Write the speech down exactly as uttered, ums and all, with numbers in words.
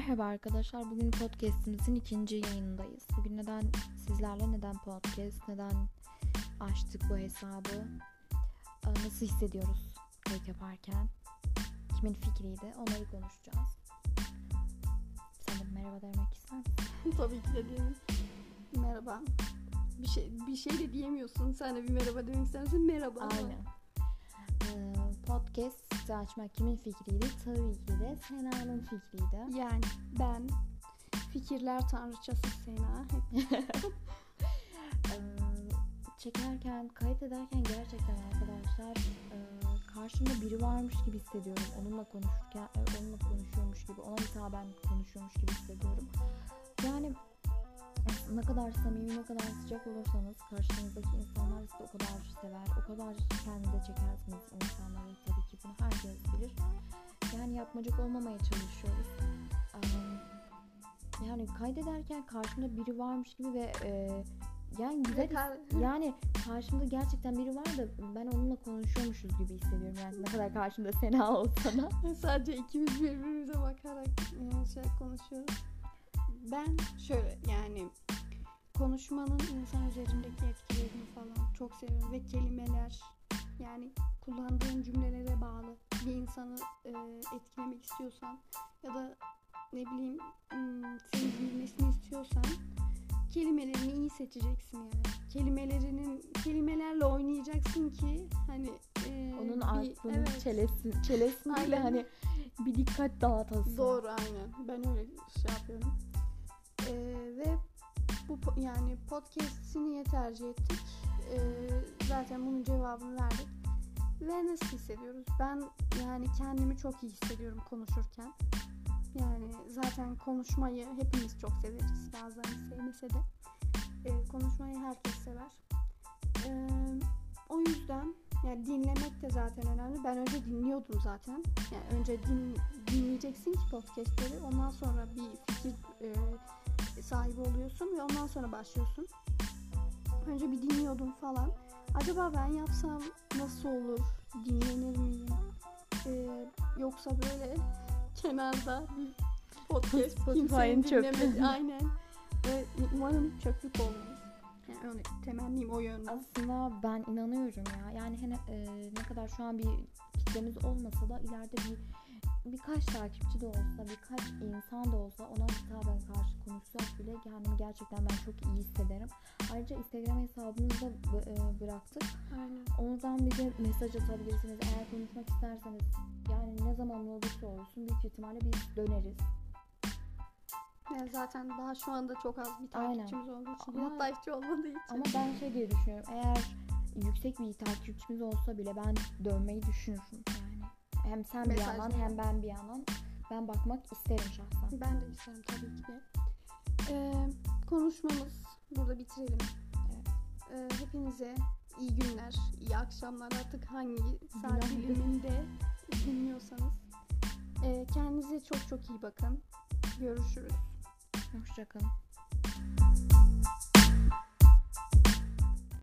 Merhaba arkadaşlar. Bugün podcast'imizin ikinci yayındayız. Bugün neden sizlerle neden podcast, neden açtık bu hesabı, nasıl hissediyoruz kayıt yaparken, kimin fikriydi onları konuşacağız. Sen de merhaba demek ister misin? Tabii ki de diyeyim. Merhaba. Bir şey bir şey de diyemiyorsun. Sen de bir merhaba demek istersin. Merhaba. Aynen. Ee, podcast size açmak kimin fikriydi? Tabii ki de Sena'nın fikriydi. Yani ben fikirler tanrıçası Sena. ee, çekerken, kayıt ederken gerçekten arkadaşlar e, karşımda biri varmış gibi hissediyorum. Onunla konuşurken, onunla konuşuyormuş gibi, ona hitaben konuşuyormuş gibi hissediyorum. Yani ne kadar samimi, ne kadar sıcak olursanız karşınızdaki insanlar sizi o kadar sever, o kadar kendinize çekersiniz insanları. Tabii ki bunu herkes bilir. Yani yapmacık olmamaya çalışıyoruz. Yani kaydederken karşımda biri varmış gibi ve e, yani güzel his, yani karşımda gerçekten biri var da ben onunla konuşuyormuşuz gibi hissediyorum. Yani ne kadar karşımda Sena olsa da. Sadece ikimiz birbirimize bakarak yani şey konuşuyoruz. Ben şöyle yani konuşmanın insan üzerindeki etkilerini falan çok seviyorum ve kelimeler yani kullandığın cümlelere bağlı. Bir insanı e, etkilemek istiyorsan ya da ne bileyim seni bilmesini istiyorsan kelimelerini iyi seçeceksin yani. Kelimelerinin kelimelerle oynayacaksın ki hani e, onun aklının evet. çelesini çelesiyle hani bir dikkat dağıtasın. Doğru, aynen. Ben öyle şey yapıyorum. E, ve bu yani podcast'i niye tercih ettik? E, zaten bunun cevabını verdik. Ve nasıl hissediyoruz? Ben yani kendimi çok iyi hissediyorum konuşurken. Yani zaten konuşmayı hepimiz çok severiz. Bazıları sevmese de. E, konuşmayı herkes sever. E, o yüzden yani dinlemek de zaten önemli. Ben önce dinliyordum zaten. Yani önce din, dinleyeceksin ki podcastleri. Ondan sonra bir fikir e, sahibi oluyorsun ve ondan sonra başlıyorsun. Önce bir dinliyordum falan. Acaba ben yapsam nasıl olur? Dinlenir miyim? E, yoksa böyle kenarda bir podcast kimsenin dinlemedi. Aynen. Ve umarım çöplük olmaz. Yani öyle temennim o yönde. Aslında ben inanıyorum ya. Yani hani, e, ne kadar şu an bir kitlemiz olmasa da ileride bir birkaç takipçi de olsa, birkaç insan da olsa ona hitaben karşı konuşsak bile kendimi gerçekten ben çok iyi hissederim. Ayrıca Instagram hesabımızı da b- e, bıraktık. Aynen. Oradan bize mesaj atabilirsiniz. Eğer konuşmak isterseniz yani ne zaman olursa olsun büyük ihtimalle biz döneriz. Yani zaten daha şu anda çok az bir takipçimiz olduğu için, ama, hatta hiç olmadığı için. Ama ben şey diye düşünüyorum. Eğer yüksek bir takipçimiz olsa bile ben dönmeyi düşünürüm yani. Hem sen bir yandan hem ben bir yandan. Ben bakmak isterim şahsen. Ben de isterim tabii ki de. Ee, konuşmamız burada bitirelim. Evet. Ee, hepinize iyi günler, iyi akşamlar, artık hangi saat diliminde dinliyorsanız. Ee, kendinize çok çok iyi bakın. Görüşürüz. Hoşça kalın.